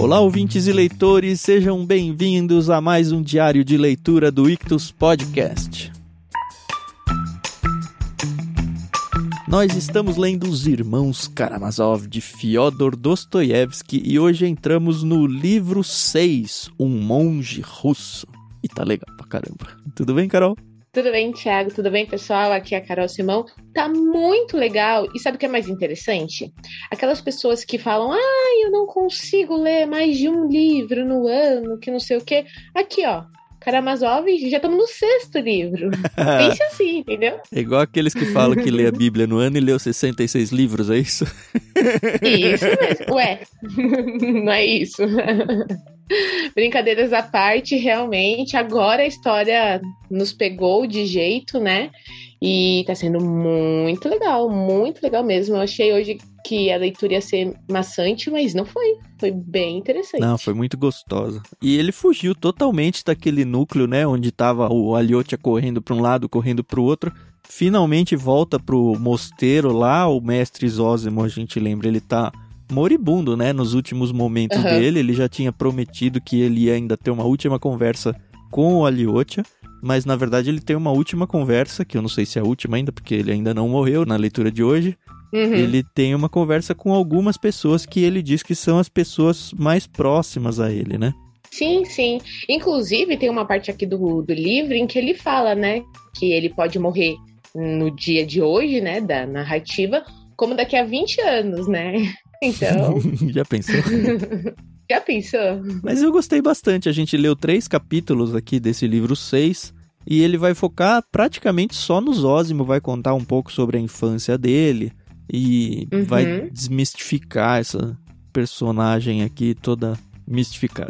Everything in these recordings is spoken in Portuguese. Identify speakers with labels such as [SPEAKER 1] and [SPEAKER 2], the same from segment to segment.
[SPEAKER 1] Olá, ouvintes e leitores, sejam bem-vindos a mais um diário de leitura do Ictus Podcast. Nós estamos lendo Os Irmãos Karamazov, de Fyodor Dostoiévski, e hoje entramos no livro 6, Um Monge Russo. E tá legal pra caramba. Tudo bem, Carol?
[SPEAKER 2] Tudo bem, Thiago? Tudo bem, pessoal? Aqui é a Carol Simão. Tá muito legal. E sabe o que é mais interessante? Aquelas pessoas que falam, eu não consigo ler mais de um livro no ano, que não sei o quê. Aqui, ó. Karamazov, já estamos no 6º livro. Pense assim, entendeu?
[SPEAKER 1] É igual aqueles que falam que lê a Bíblia no ano e leu 66 livros, é isso?
[SPEAKER 2] Isso mesmo. Ué, não é isso. Brincadeiras à parte, realmente, agora a história nos pegou de jeito, né? E tá sendo muito legal mesmo. Eu achei hoje que a leitura ia ser maçante, mas não foi. Foi bem interessante.
[SPEAKER 1] Não, foi muito gostosa. E ele fugiu totalmente daquele núcleo, né? Onde tava o Alyosha correndo para um lado, correndo para o outro. Finalmente volta pro mosteiro lá, o mestre Zósimo, a gente lembra, ele tá moribundo, né? Nos últimos momentos dele, ele já tinha prometido que ele ia ainda ter uma última conversa com o Alyosha. Mas, na verdade, ele tem uma última conversa, que eu não sei se é a última ainda, porque ele ainda não morreu na leitura de hoje. Ele tem uma conversa com algumas pessoas que ele diz que são as pessoas mais próximas a ele, né?
[SPEAKER 2] Sim, sim. Inclusive, tem uma parte aqui do livro em que ele fala, né? Que ele pode morrer no dia de hoje, né? Da narrativa, como daqui a 20 anos, né? Então...
[SPEAKER 1] Já pensou?
[SPEAKER 2] Já pensou?
[SPEAKER 1] Mas eu gostei bastante. A gente leu 3 capítulos aqui desse livro 6 e ele vai focar praticamente só no Zósimo, vai contar um pouco sobre a infância dele e vai desmistificar essa personagem aqui toda mistificada.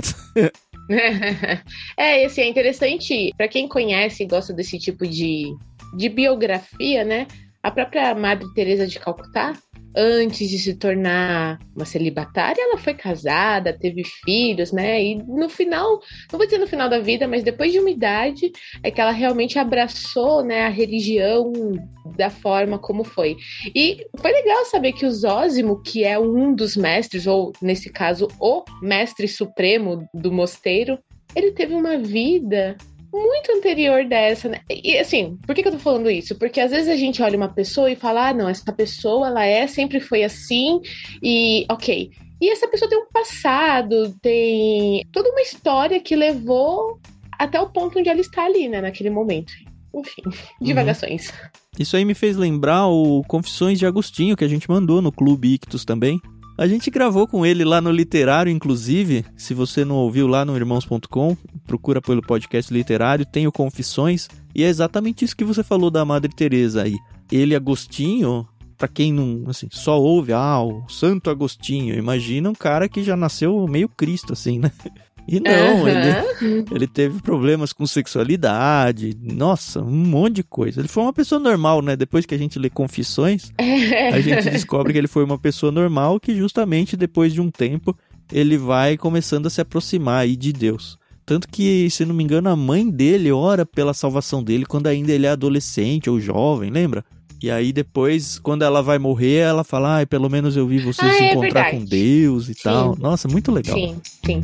[SPEAKER 2] Esse é interessante. Para quem conhece e gosta desse tipo de biografia, né? A própria Madre Teresa de Calcutá, antes de se tornar uma celibatária, ela foi casada, teve filhos, né? E no final, não vou dizer no final da vida, mas depois de uma idade, é que ela realmente abraçou, né, a religião da forma como foi. E foi legal saber que o Zósimo, que é um dos mestres, ou nesse caso, o mestre supremo do mosteiro, ele teve uma vida muito anterior dessa, né? E assim, por que eu tô falando isso? Porque às vezes a gente olha uma pessoa e fala, não, essa pessoa, ela sempre foi assim, e ok. E essa pessoa tem um passado, tem toda uma história que levou até o ponto onde ela está ali, né, naquele momento. Enfim, divagações.
[SPEAKER 1] Isso aí me fez lembrar o Confissões de Agostinho, que a gente mandou no Clube Ictus também. A gente gravou com ele lá no Literário, inclusive. Se você não ouviu lá no irmãos.com, procura pelo podcast Literário, tem o Confissões. E é exatamente isso que você falou da Madre Teresa aí. Ele, Agostinho, pra quem não, assim, só ouve, o Santo Agostinho, imagina um cara que já nasceu meio Cristo, assim, né? E não, ele teve problemas com sexualidade, nossa, um monte de coisa. Ele foi uma pessoa normal, né? Depois que a gente lê Confissões, a gente descobre que ele foi uma pessoa normal que justamente depois de um tempo ele vai começando a se aproximar aí de Deus. Tanto que, se não me engano, a mãe dele ora pela salvação dele quando ainda ele é adolescente ou jovem, lembra? E aí depois, quando ela vai morrer, ela fala, pelo menos eu vi você se encontrar com Deus e tal. Nossa, muito legal.
[SPEAKER 2] Sim.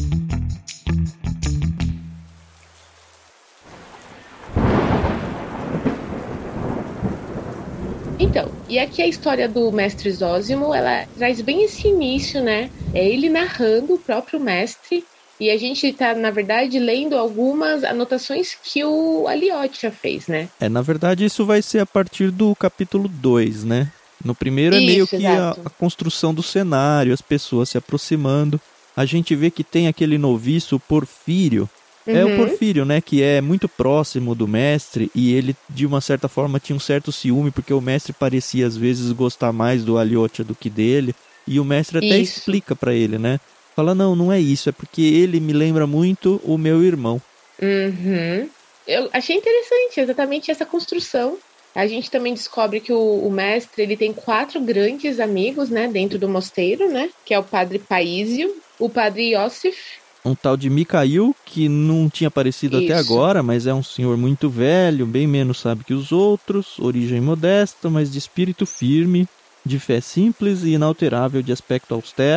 [SPEAKER 2] Então, e aqui a história do mestre Zósimo, ela traz bem esse início, né? É ele narrando o próprio mestre, e a gente tá, na verdade, lendo algumas anotações que o Alyosha fez, né?
[SPEAKER 1] Na verdade, isso vai ser a partir do capítulo 2, né? No primeiro é meio que a construção do cenário, as pessoas se aproximando. A gente vê que tem aquele noviço, o Porfírio. É o Porfírio, né? Que é muito próximo do mestre e ele, de uma certa forma, tinha um certo ciúme porque o mestre parecia, às vezes, gostar mais do Alyosha do que dele. E o mestre até explica pra ele, né? Fala, não é isso, é porque ele me lembra muito o meu irmão.
[SPEAKER 2] Eu achei interessante exatamente essa construção. A gente também descobre que o mestre, ele tem 4 grandes amigos, né, dentro do mosteiro, né? Que é o padre Paísio, o padre Iosif.
[SPEAKER 1] Um tal de Mikhail, que não tinha aparecido até agora, mas é um senhor muito velho, bem menos sábio que os outros, origem modesta, mas de espírito firme, de fé simples e inalterável, de aspecto austero.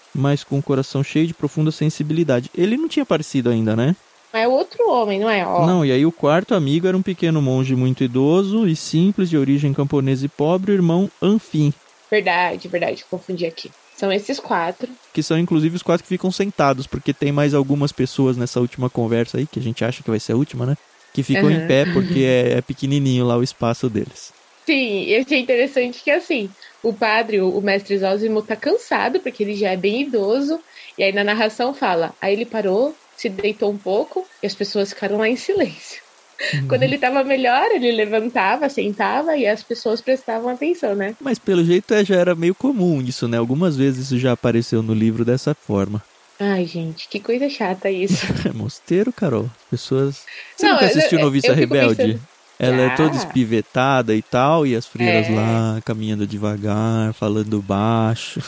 [SPEAKER 1] mas com um coração cheio de profunda sensibilidade. Ele não tinha aparecido ainda, né?
[SPEAKER 2] É outro homem, não é? Ó.
[SPEAKER 1] Não, e aí o quarto amigo era um pequeno monge muito idoso e simples, de origem camponesa e pobre, o irmão Anfim.
[SPEAKER 2] Verdade, confundi aqui. São esses 4.
[SPEAKER 1] Que são inclusive os 4 que ficam sentados, porque tem mais algumas pessoas nessa última conversa aí, que a gente acha que vai ser a última, né? Que ficam em pé porque é pequenininho lá o espaço deles.
[SPEAKER 2] Sim, eu achei interessante que assim, o padre, o mestre Zósimo, tá cansado, porque ele já é bem idoso, e aí na narração fala, aí ele parou, se deitou um pouco, e as pessoas ficaram lá em silêncio. Quando ele tava melhor, ele levantava, sentava, e as pessoas prestavam atenção, né?
[SPEAKER 1] Mas pelo jeito já era meio comum isso, né? Algumas vezes isso já apareceu no livro dessa forma.
[SPEAKER 2] Ai, gente, que coisa chata isso.
[SPEAKER 1] É mosteiro, Carol. Você nunca assistiu Noviça Rebelde?
[SPEAKER 2] Pensando...
[SPEAKER 1] Ela é toda espivetada e tal, e as freiras lá caminhando devagar, falando baixo.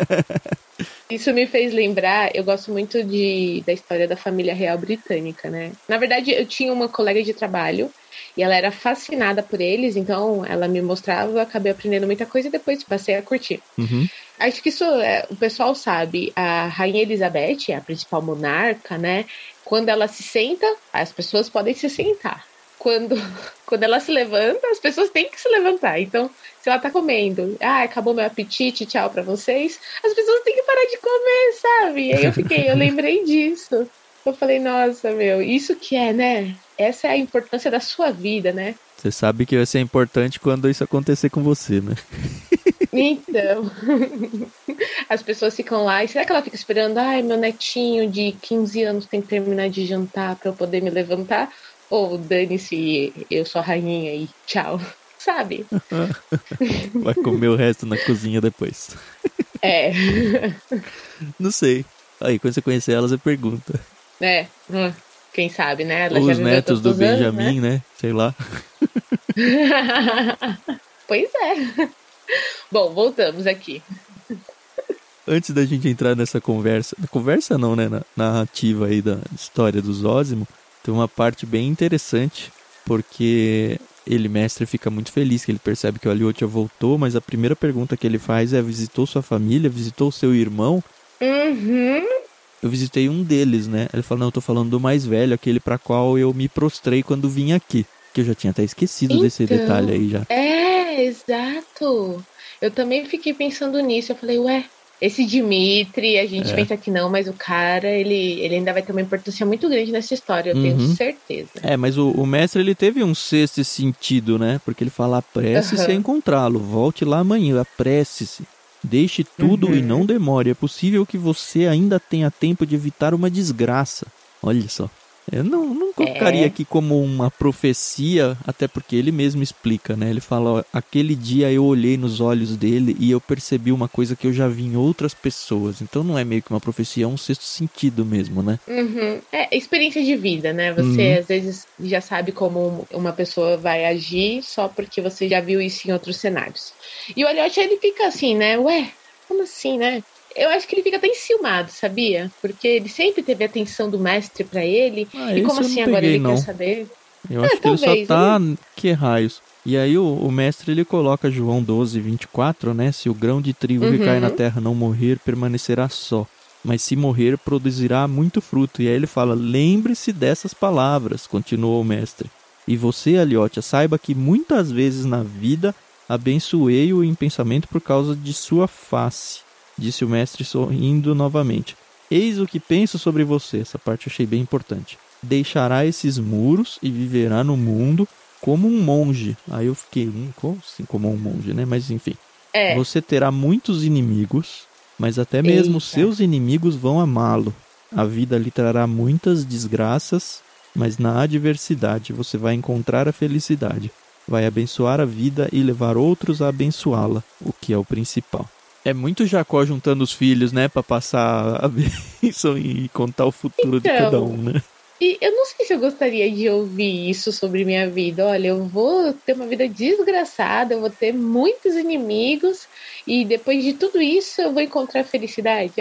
[SPEAKER 2] Isso me fez lembrar, eu gosto muito da história da família real britânica, né? Na verdade, eu tinha uma colega de trabalho e ela era fascinada por eles, então ela me mostrava, eu acabei aprendendo muita coisa e depois passei a curtir.
[SPEAKER 1] Uhum.
[SPEAKER 2] Acho que isso o pessoal sabe, a Rainha Elizabeth, a principal monarca, né? Quando ela se senta, as pessoas podem se sentar. Quando ela se levanta, as pessoas têm que se levantar. Então, se ela tá comendo, acabou meu apetite, tchau pra vocês, as pessoas têm que parar de comer, sabe? E aí eu lembrei disso. Eu falei, nossa, meu, isso que é, né? Essa é a importância da sua vida, né?
[SPEAKER 1] Você sabe que vai ser importante quando isso acontecer com você, né?
[SPEAKER 2] Então, as pessoas ficam lá, e será que ela fica esperando, meu netinho de 15 anos tem que terminar de jantar pra eu poder me levantar? Ou dane-se, eu sou a rainha e tchau, sabe?
[SPEAKER 1] Vai comer o resto na cozinha depois.
[SPEAKER 2] É.
[SPEAKER 1] Não sei. Aí, quando você conhecer ela, você pergunta.
[SPEAKER 2] Quem sabe, né? Ela
[SPEAKER 1] Ou
[SPEAKER 2] já
[SPEAKER 1] os netos do Benjamin,
[SPEAKER 2] anos,
[SPEAKER 1] né? Sei lá.
[SPEAKER 2] Pois é. Bom, voltamos aqui.
[SPEAKER 1] Antes da gente entrar nessa conversa... Conversa não, né? Na narrativa aí da história do Zósimo, tem uma parte bem interessante, porque ele, mestre, fica muito feliz que ele percebe que o Aliotia voltou, mas a primeira pergunta que ele faz é: visitou sua família? Visitou seu irmão?
[SPEAKER 2] Uhum.
[SPEAKER 1] Eu visitei um deles, né? Ele fala, não, eu tô falando do mais velho, aquele pra qual eu me prostrei quando vim aqui. Que eu já tinha até esquecido desse detalhe aí já.
[SPEAKER 2] Exato. Eu também fiquei pensando nisso, eu falei, esse Dimitri, a gente pensa que não, mas o cara, ele ainda vai ter uma importância muito grande nessa história, eu tenho certeza.
[SPEAKER 1] Mas o mestre, ele teve um sexto sentido, né? Porque ele fala, apresse-se a encontrá-lo, volte lá amanhã, apresse-se. Deixe tudo e não demore, é possível que você ainda tenha tempo de evitar uma desgraça. Olha só. Eu não colocaria aqui como uma profecia, até porque ele mesmo explica, né? Ele fala, aquele dia eu olhei nos olhos dele e eu percebi uma coisa que eu já vi em outras pessoas. Então não é meio que uma profecia, é um sexto sentido mesmo, né?
[SPEAKER 2] É experiência de vida, né? Você às vezes já sabe como uma pessoa vai agir só porque você já viu isso em outros cenários. E o Aliotia, ele fica assim, né? Como assim, né? Eu acho que ele fica até enciumado, sabia? Porque ele sempre teve a atenção do mestre pra ele. E como assim agora ele quer saber?
[SPEAKER 1] Eu acho que talvez, ele só tá... Que raios. E aí o mestre, ele coloca João 12:24, né? Se o grão de trigo que cai na terra não morrer, permanecerá só. Mas se morrer, produzirá muito fruto. E aí ele fala, lembre-se dessas palavras, continuou o mestre. E você, Aliotia, saiba que muitas vezes na vida abençoei-o em pensamento por causa de sua face. Disse o mestre sorrindo novamente. Eis o que penso sobre você. Essa parte eu achei bem importante. Deixará esses muros e viverá no mundo como um monge. Aí eu fiquei, assim, como um monge, né? Mas enfim. Você terá muitos inimigos, mas até mesmo seus inimigos vão amá-lo. A vida lhe trará muitas desgraças, mas na adversidade você vai encontrar a felicidade. Vai abençoar a vida e levar outros a abençoá-la, o que é o principal. É muito Jacó juntando os filhos, né? Pra passar a bênção e contar o futuro de cada um, né?
[SPEAKER 2] E eu não sei se eu gostaria de ouvir isso sobre minha vida. Olha, eu vou ter uma vida desgraçada, eu vou ter muitos inimigos e depois de tudo isso eu vou encontrar felicidade.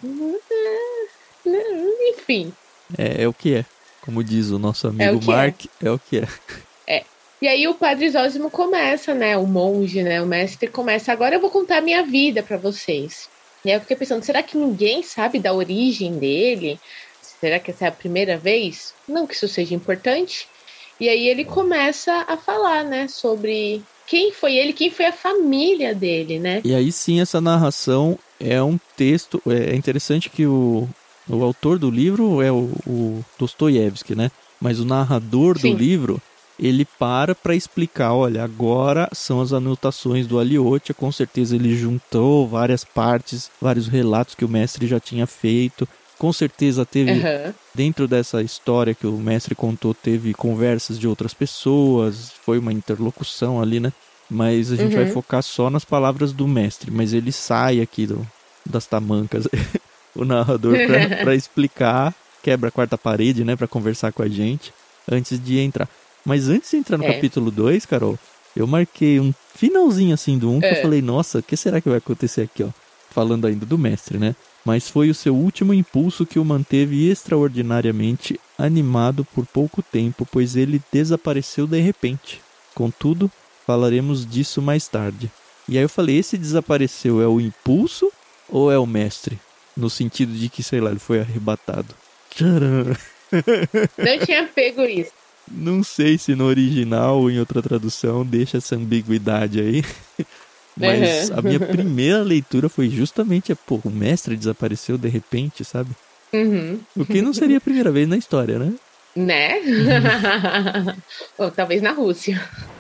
[SPEAKER 2] Enfim.
[SPEAKER 1] É o que é. Como diz o nosso amigo Mark, é o que é.
[SPEAKER 2] E aí o padre Zósimo começa, né? O monge, né? O mestre começa. Agora eu vou contar a minha vida pra vocês. E aí eu fiquei pensando, será que ninguém sabe da origem dele? Será que essa é a primeira vez? Não que isso seja importante. E aí ele começa a falar, né, sobre quem foi ele, quem foi a família dele, né?
[SPEAKER 1] E aí sim, essa narração é um texto... É interessante que o autor do livro é o Dostoiévski, né? Mas o narrador do livro, ele para explicar, olha, agora são as anotações do Aliotia, com certeza ele juntou várias partes, vários relatos que o mestre já tinha feito, com certeza teve, dentro dessa história que o mestre contou, teve conversas de outras pessoas, foi uma interlocução ali, né? Mas a gente vai focar só nas palavras do mestre, mas ele sai aqui das tamancas, o narrador, para explicar, quebra a quarta parede, né, para conversar com a gente, antes de entrar. Mas antes de entrar no capítulo 2, Carol, eu marquei um finalzinho assim do 1, que eu falei, nossa, o que será que vai acontecer aqui, ó? Falando ainda do mestre, né? Mas foi o seu último impulso que o manteve extraordinariamente animado por pouco tempo, pois ele desapareceu de repente. Contudo, falaremos disso mais tarde. E aí eu falei, esse desapareceu é o impulso ou é o mestre? No sentido de que, sei lá, ele foi arrebatado. Tcharam!
[SPEAKER 2] Não tinha pego isso.
[SPEAKER 1] Não sei se no original ou em outra tradução deixa essa ambiguidade aí. Mas a minha primeira leitura foi justamente, o mestre desapareceu de repente, sabe? O que não seria a primeira vez na história, né?
[SPEAKER 2] Né? Ou talvez na Rússia.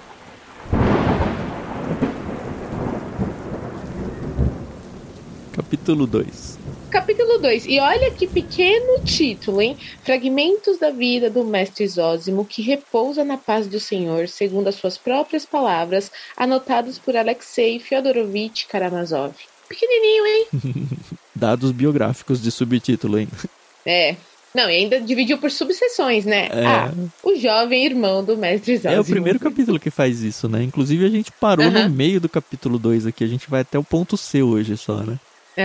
[SPEAKER 1] Capítulo 2.
[SPEAKER 2] Capítulo 2. E olha que pequeno título, hein? Fragmentos da vida do mestre Zósimo que repousa na paz do Senhor, segundo as suas próprias palavras, anotados por Alexei Fyodorovich Karamazov. Pequenininho, hein?
[SPEAKER 1] Dados biográficos de subtítulo ainda.
[SPEAKER 2] Não, e ainda dividiu por subseções, né? O jovem irmão do mestre Zósimo.
[SPEAKER 1] É o primeiro capítulo que faz isso, né? Inclusive a gente parou no meio do capítulo 2 aqui. A gente vai até o ponto C hoje só, né?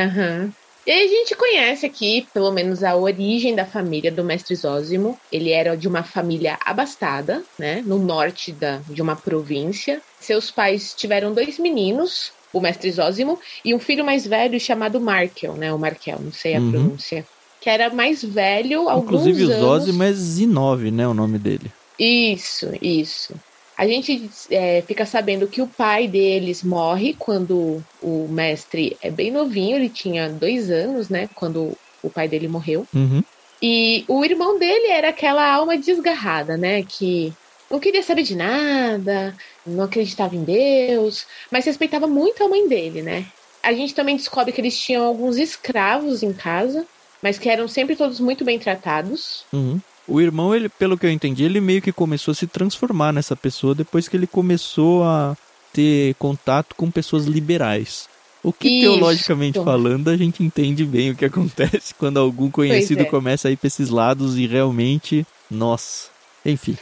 [SPEAKER 2] E aí a gente conhece aqui, pelo menos, a origem da família do mestre Zósimo. Ele era de uma família abastada, né? No norte de uma província. Seus pais tiveram 2 meninos, o mestre Zósimo, e um filho mais velho chamado Markel, né? O Markel, não sei a pronúncia. Que era mais velho, alguns anos...
[SPEAKER 1] Inclusive o Zósimo é Zinov, né? O nome dele.
[SPEAKER 2] Isso. A gente fica sabendo que o pai deles morre quando o mestre é bem novinho, ele tinha 2 anos, né, quando o pai dele morreu. E o irmão dele era aquela alma desgarrada, né, que não queria saber de nada, não acreditava em Deus, mas respeitava muito a mãe dele, né. A gente também descobre que eles tinham alguns escravos em casa, mas que eram sempre todos muito bem tratados.
[SPEAKER 1] O irmão, ele, pelo que eu entendi, ele meio que começou a se transformar nessa pessoa depois que ele começou a ter contato com pessoas liberais. O que, teologicamente falando, a gente entende bem o que acontece quando algum conhecido começa a ir para esses lados e realmente... Nossa, enfim.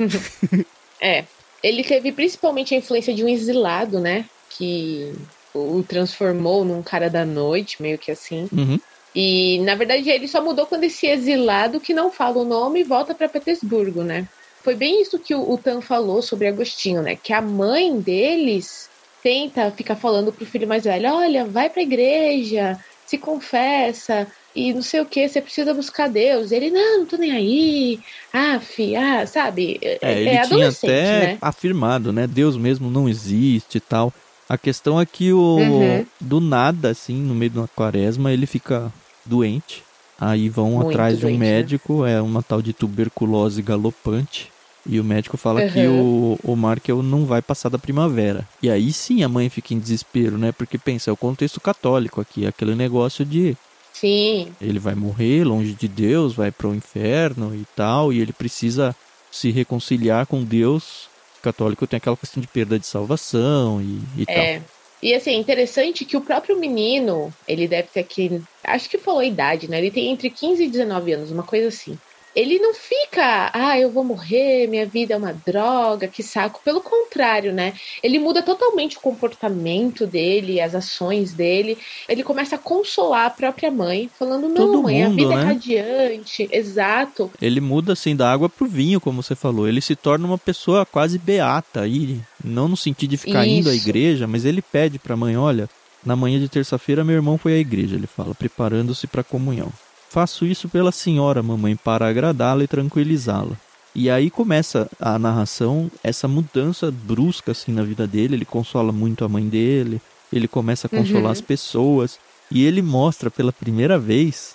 [SPEAKER 2] Ele teve principalmente a influência de um exilado, né? Que o transformou num cara da noite, meio que assim. E, na verdade, ele só mudou quando esse exilado, que não fala o nome, volta para Petersburgo, né? Foi bem isso que o Tan falou sobre Agostinho, né? Que a mãe deles tenta ficar falando pro filho mais velho, olha, vai pra igreja, se confessa, e não sei o que, você precisa buscar Deus. E ele, não tô nem aí, sabe?
[SPEAKER 1] Ele tinha até, né, afirmado, né? Deus mesmo não existe e tal. A questão é que do nada, assim, no meio de uma quaresma, ele fica doente. Aí vão muito atrás de um médico, né? É uma tal de tuberculose galopante. E o médico fala que o Markel não vai passar da primavera. E aí sim a mãe fica em desespero, né? Porque pensa, é o contexto católico aqui, aquele negócio de...
[SPEAKER 2] Sim.
[SPEAKER 1] Ele vai morrer longe de Deus, vai para o inferno e tal, e ele precisa se reconciliar com Deus. O católico tem aquela questão de perda de salvação e tal.
[SPEAKER 2] E assim, é interessante que o próprio menino, ele deve ter aqui, acho que falou a idade, né? Ele tem entre 15 e 19 anos, uma coisa assim. Ele não fica, eu vou morrer, minha vida é uma droga, que saco. Pelo contrário, né? Ele muda totalmente o comportamento dele, as ações dele. Ele começa a consolar a própria mãe, falando, não, mãe, a vida é radiante. Exato.
[SPEAKER 1] Ele muda, assim, da água pro vinho, como você falou. Ele se torna uma pessoa quase beata aí. Não no sentido de ficar indo à igreja, mas ele pede pra mãe, olha, Na manhã de terça-feira, meu irmão foi à igreja, ele fala, preparando-se para a comunhão. Faço isso pela senhora, mamãe, para agradá-la e tranquilizá-la. E aí começa a narração, essa mudança brusca assim na vida dele. Ele consola muito a mãe dele, ele começa a consolar as pessoas. E ele mostra pela primeira vez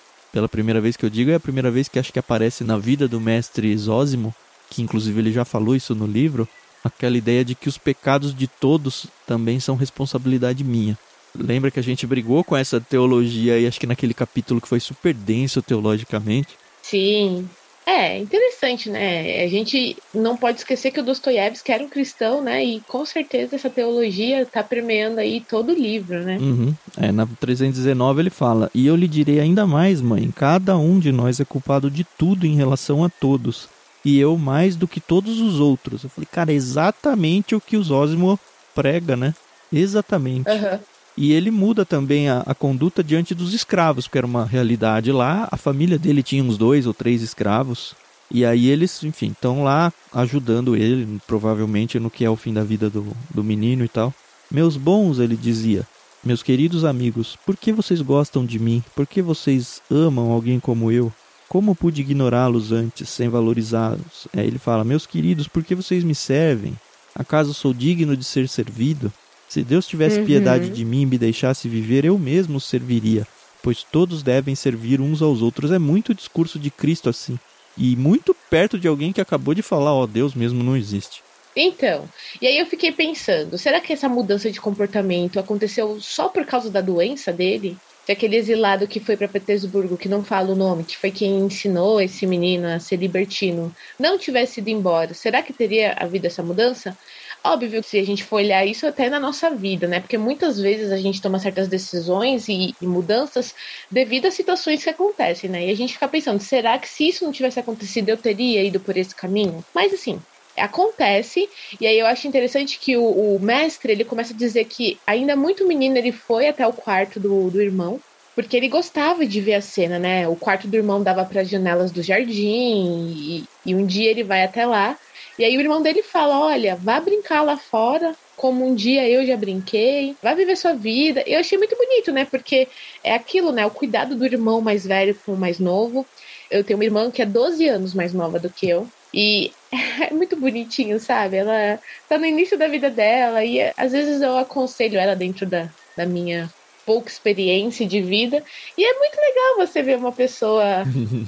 [SPEAKER 1] que eu digo, é a primeira vez que acho que aparece na vida do mestre Zósimo, que inclusive ele já falou isso no livro, aquela ideia de que os pecados de todos também são responsabilidade minha. Lembra que a gente brigou com essa teologia aí, acho que naquele capítulo que foi super denso teologicamente?
[SPEAKER 2] Sim. É interessante, né? A gente não pode esquecer que o Dostoiévski era um cristão, né? E com certeza essa teologia tá permeando aí todo o livro, né?
[SPEAKER 1] Na 319 ele fala: e eu lhe direi ainda mais, mãe, cada um de nós é culpado de tudo em relação a todos, e eu mais do que todos os outros. Eu falei, cara, é exatamente o que o Zósimo prega, né? Exatamente. E ele muda também a conduta diante dos escravos, porque era uma realidade lá. A família dele tinha uns 2 ou 3 escravos. E aí eles, enfim, estão lá ajudando ele, provavelmente no que é o fim da vida do menino e tal. Meus bons, ele dizia, meus queridos amigos, por que vocês gostam de mim? Por que vocês amam alguém como eu? Como pude ignorá-los antes, sem valorizá-los? Aí ele fala, meus queridos, por que vocês me servem? Acaso sou digno de ser servido? Se Deus tivesse piedade de mim e me deixasse viver, eu mesmo os serviria, pois todos devem servir uns aos outros. É muito o discurso de Cristo assim, e muito perto de alguém que acabou de falar, ó, Deus mesmo não existe.
[SPEAKER 2] Então, e aí eu fiquei pensando, será que essa mudança de comportamento aconteceu só por causa da doença dele? Se aquele exilado que foi para Petersburgo, que não fala o nome, que foi quem ensinou esse menino a ser libertino, não tivesse ido embora, será que teria havido essa mudança? Óbvio que se a gente for olhar isso até na nossa vida, né? Porque muitas vezes a gente toma certas decisões e mudanças devido a situações que acontecem, né? E a gente fica pensando, será que se isso não tivesse acontecido, eu teria ido por esse caminho? Mas assim, acontece, e aí eu acho interessante que o mestre, ele começa a dizer que ainda muito menino ele foi até o quarto do irmão, porque ele gostava de ver a cena, né? O quarto do irmão dava para as janelas do jardim, e um dia ele vai até lá, e aí o irmão dele fala, olha, vá brincar lá fora, como um dia eu já brinquei, vai viver sua vida. Eu achei muito bonito, né? Porque é aquilo, né? O cuidado do irmão mais velho com o mais novo. Eu tenho uma irmã que é 12 anos mais nova do que eu, e é muito bonitinho, sabe? Ela tá no início da vida dela, e às vezes eu aconselho ela dentro da minha pouca experiência de vida, e é muito legal você ver uma pessoa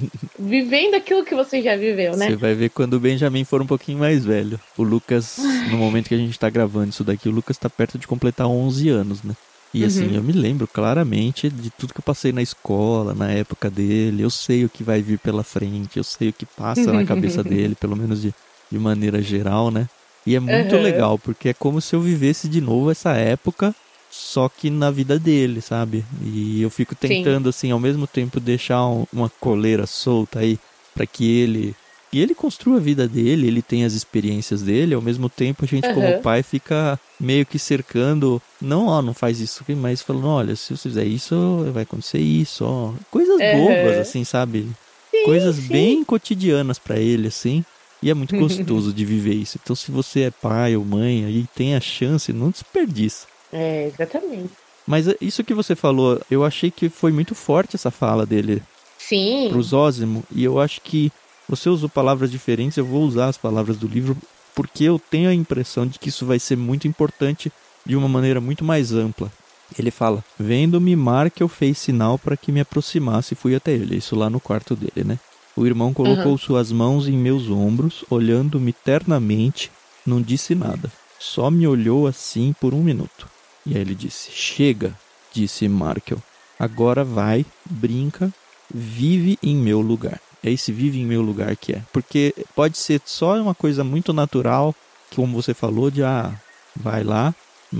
[SPEAKER 2] vivendo aquilo que você já viveu, né?
[SPEAKER 1] Você vai ver quando o Benjamin for um pouquinho mais velho. O Lucas, no momento que a gente tá gravando isso daqui, o Lucas tá perto de completar 11 anos, né? E assim, eu me lembro claramente de tudo que eu passei na escola, na época dele. Eu sei o que vai vir pela frente, eu sei o que passa na cabeça dele, pelo menos de maneira geral, né? E é muito legal, porque é como se eu vivesse de novo essa época, só que na vida dele, sabe? E eu fico tentando, assim, ao mesmo tempo deixar uma coleira solta aí, para que ele construa a vida dele, ele tem as experiências dele, ao mesmo tempo a gente como pai fica meio que cercando, não faz isso, mas falando, olha, se você fizer isso, vai acontecer isso, ó. Coisas bobas, assim, sabe? Coisas bem cotidianas para ele, assim, e é muito gostoso de viver isso. Então se você é pai ou mãe, aí tem a chance, não desperdiça.
[SPEAKER 2] É, exatamente.
[SPEAKER 1] Mas isso que você falou, eu achei que foi muito forte essa fala dele.
[SPEAKER 2] Sim.
[SPEAKER 1] Pro Zósimo, e eu acho que você usou palavras diferentes, eu vou usar as palavras do livro, porque eu tenho a impressão de que isso vai ser muito importante de uma maneira muito mais ampla. Ele fala, vendo-me, Markel fez sinal para que me aproximasse e fui até ele. Isso lá no quarto dele, né? O irmão colocou suas mãos em meus ombros, olhando-me ternamente, não disse nada. Só me olhou assim por 1 minuto. E aí ele disse, chega, disse Markel. Agora vai, brinca, vive em meu lugar. É esse vive em meu lugar que é. Porque pode ser só uma coisa muito natural, como você falou, de vai lá,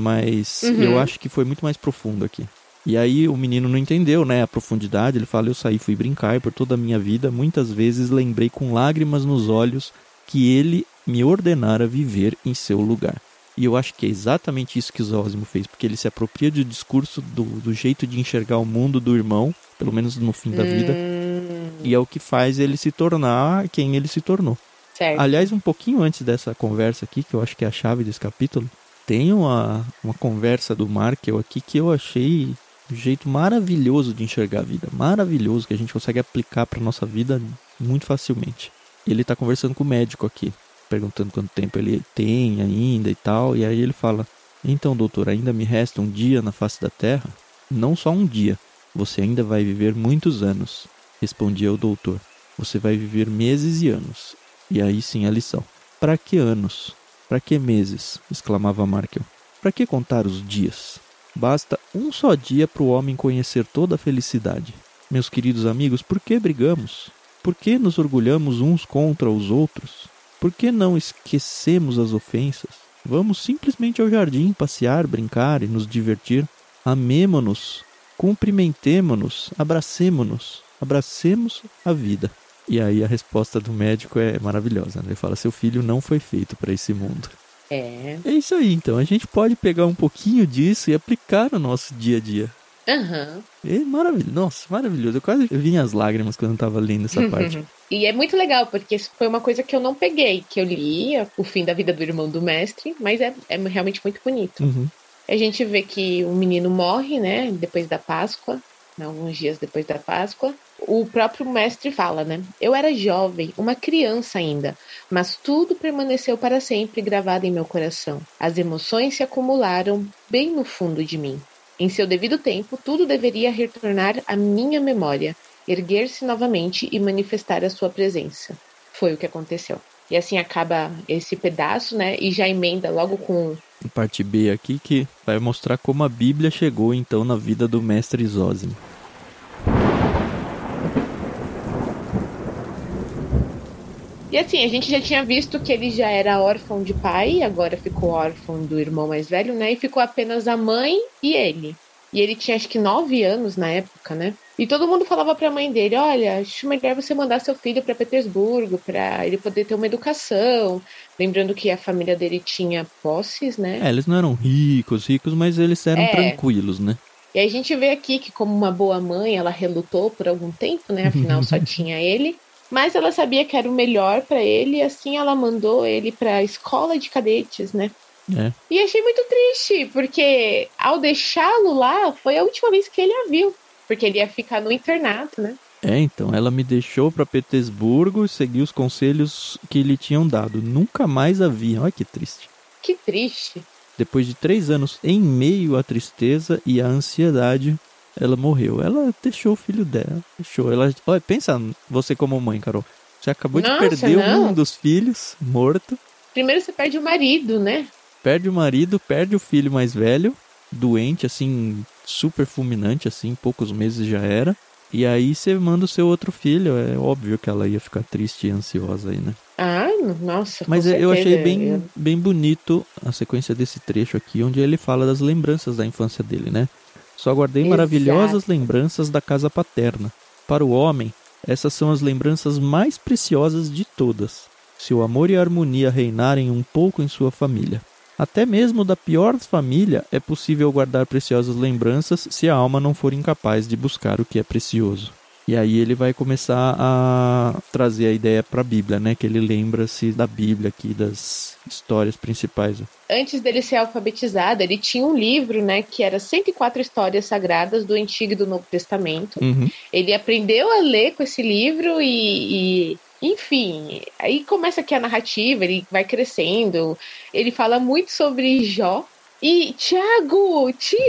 [SPEAKER 1] mas eu acho que foi muito mais profundo aqui. E aí o menino não entendeu, né, a profundidade. Ele fala, eu saí, fui brincar e por toda a minha vida, muitas vezes lembrei com lágrimas nos olhos que ele me ordenara viver em seu lugar. E eu acho que é exatamente isso que o Zósimo fez, porque ele se apropria do discurso, do jeito de enxergar o mundo do irmão, pelo menos no fim da vida, e é o que faz ele se tornar quem ele se tornou.
[SPEAKER 2] Certo.
[SPEAKER 1] Aliás, um pouquinho antes dessa conversa aqui, que eu acho que é a chave desse capítulo, Tem uma conversa do Markel aqui que eu achei um jeito maravilhoso de enxergar a vida. Maravilhoso, que a gente consegue aplicar para nossa vida muito facilmente. Ele tá conversando com o médico aqui, perguntando quanto tempo ele tem ainda e tal. E aí ele fala: então, doutor, ainda me resta um dia na face da terra? Não só um dia. Você ainda vai viver muitos anos. Respondia o doutor. Você vai viver meses e anos. E aí sim a lição. Para que anos? Para que meses? Exclamava Markel. Para que contar os dias? Basta um só dia para o homem conhecer toda a felicidade. Meus queridos amigos, por que brigamos? Por que nos orgulhamos uns contra os outros? Por que não esquecemos as ofensas? Vamos simplesmente ao jardim passear, brincar e nos divertir. Amemo-nos, cumprimentemo-nos, abracemo-nos, abracemos a vida. E aí a resposta do médico é maravilhosa, né? Ele fala: seu filho não foi feito para esse mundo. É isso aí, então. A gente pode pegar um pouquinho disso e aplicar no nosso dia a dia. É maravilhoso. Nossa, maravilhoso. Eu quase vi as lágrimas quando eu tava lendo essa parte.
[SPEAKER 2] E é muito legal, porque isso foi uma coisa que eu não peguei, que eu li o fim da vida do irmão do mestre, mas é realmente muito bonito. A gente vê que o menino morre, né, depois da Páscoa, alguns dias depois da Páscoa. O próprio mestre fala, né? Eu era jovem, uma criança ainda, mas tudo permaneceu para sempre gravado em meu coração. As emoções se acumularam bem no fundo de mim. Em seu devido tempo, tudo deveria retornar à minha memória, erguer-se novamente e manifestar a sua presença. Foi o que aconteceu. E assim acaba esse pedaço, né? E já emenda logo com
[SPEAKER 1] a parte B aqui, que vai mostrar como a Bíblia chegou então na vida do mestre Zósimo.
[SPEAKER 2] E assim, a gente já tinha visto que ele já era órfão de pai, agora ficou órfão do irmão mais velho, né? E ficou apenas a mãe e ele. E ele tinha acho que 9 anos na época, né? E todo mundo falava pra mãe dele: olha, acho melhor você mandar seu filho pra Petersburgo, pra ele poder ter uma educação. Lembrando que a família dele tinha posses, né?
[SPEAKER 1] Eles não eram ricos, mas eles eram tranquilos, né?
[SPEAKER 2] E aí a gente vê aqui que, como uma boa mãe, ela relutou por algum tempo, né? Afinal, só tinha ele. Mas ela sabia que era o melhor pra ele, e assim ela mandou ele pra escola de cadetes, né? E achei muito triste, porque ao deixá-lo lá, foi a última vez que ele a viu. Porque ele ia ficar no internato, né?
[SPEAKER 1] Então, ela me deixou pra Petersburgo e segui os conselhos que lhe tinham dado. Nunca mais a vi. Olha que triste.
[SPEAKER 2] Que triste.
[SPEAKER 1] Depois de 3 anos, em meio à tristeza e à ansiedade, ela morreu. Ela deixou o filho dela. Olha, pensa você como mãe, Carol. Você acabou de perder um dos filhos, morto.
[SPEAKER 2] Primeiro você perde o marido, né?
[SPEAKER 1] Perde o marido, perde o filho mais velho, doente, assim, super fulminante, assim, poucos meses já era. E aí você manda o seu outro filho. É óbvio que ela ia ficar triste e ansiosa aí, né?
[SPEAKER 2] Nossa,
[SPEAKER 1] mas eu achei bem bonito a sequência desse trecho aqui, onde ele fala das lembranças da infância dele, né? Só guardei maravilhosas lembranças da casa paterna. Para o homem, essas são as lembranças mais preciosas de todas. Se o amor e a harmonia reinarem um pouco em sua família. Até mesmo da pior família é possível guardar preciosas lembranças se a alma não for incapaz de buscar o que é precioso. E aí ele vai começar a trazer a ideia para a Bíblia, né? Que ele lembra-se da Bíblia aqui, das histórias principais.
[SPEAKER 2] Antes dele ser alfabetizado, ele tinha um livro, né? Que era 104 histórias sagradas do Antigo e do Novo Testamento. Ele aprendeu a ler com esse livro e enfim, aí começa aqui a narrativa, ele vai crescendo. Ele fala muito sobre Jó. E Tiago!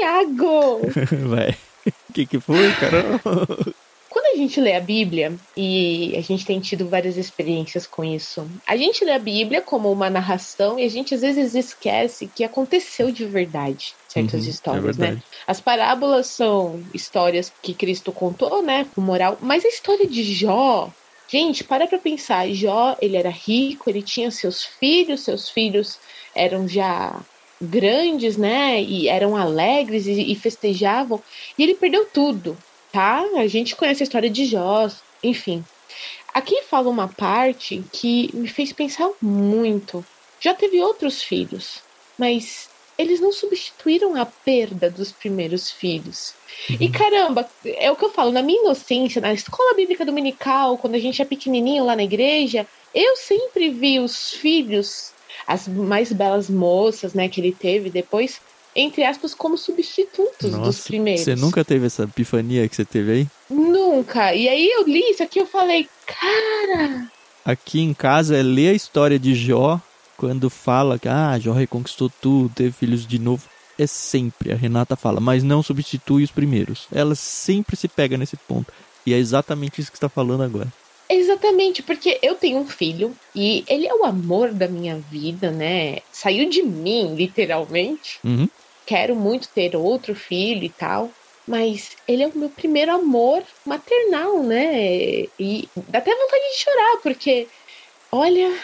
[SPEAKER 1] Vai. O que foi, Carol?
[SPEAKER 2] Quando a gente lê a Bíblia, e a gente tem tido várias experiências com isso, a gente lê a Bíblia como uma narração e a gente às vezes esquece que aconteceu de verdade certas histórias, né? As parábolas são histórias que Cristo contou, né, com moral, mas a história de Jó, gente, para pra pensar, Jó, ele era rico, ele tinha seus filhos eram já grandes, né, e eram alegres e festejavam, e ele perdeu tudo. Tá? A gente conhece a história de Jó, enfim. Aqui fala uma parte que me fez pensar muito. Jó teve outros filhos, mas eles não substituíram a perda dos primeiros filhos. E caramba, é o que eu falo, na minha inocência, na escola bíblica dominical, quando a gente é pequenininho lá na igreja, eu sempre vi os filhos as mais belas moças, né, que ele teve depois, entre aspas, como substitutos dos primeiros.
[SPEAKER 1] Você nunca teve essa epifania que você teve aí?
[SPEAKER 2] Nunca. E aí eu li isso aqui e eu falei, cara...
[SPEAKER 1] Aqui em casa é ler a história de Jó, quando fala que Jó reconquistou tudo, teve filhos de novo. É sempre, a Renata fala, mas não substitui os primeiros. Ela sempre se pega nesse ponto. E é exatamente isso que você está falando agora.
[SPEAKER 2] Exatamente, porque eu tenho um filho e ele é o amor da minha vida, né? Saiu de mim, literalmente.
[SPEAKER 1] Uhum.
[SPEAKER 2] Quero muito ter outro filho e tal, mas ele é o meu primeiro amor maternal, né? E dá até vontade de chorar, porque, olha,